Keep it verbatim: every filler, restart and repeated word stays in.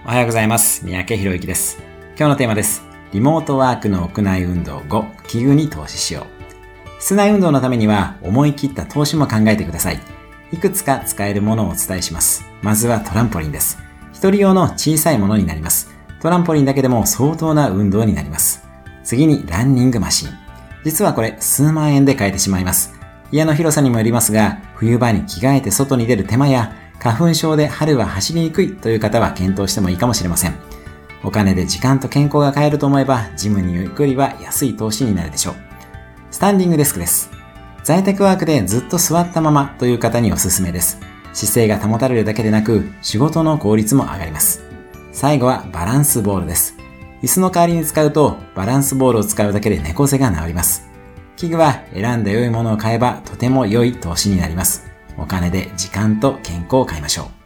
おはようございます。三宅博之です。今日のテーマです。リモートワークの屋内運動ご、器具に投資しよう。室内運動のためには思い切った投資も考えてください。いくつか使えるものをお伝えします。まずはトランポリンです。一人用の小さいものになります。トランポリンだけでも相当な運動になります。次にランニングマシン。実はこれ数万円で買えてしまいます。家の広さにもよりますが、冬場に着替えて外に出る手間や花粉症で春は走りにくいという方は検討してもいいかもしれません。お金で時間と健康が買えると思えば、ジムに行くよりは安い投資になるでしょう。スタンディングデスクです。在宅ワークでずっと座ったままという方におすすめです。姿勢が保たれるだけでなく、仕事の効率も上がります。最後はバランスボールです。椅子の代わりに使うと、バランスボールを使うだけで猫背が治ります。器具は選んだ良いものを買えばとても良い投資になります。お金で時間と健康を買いましょう。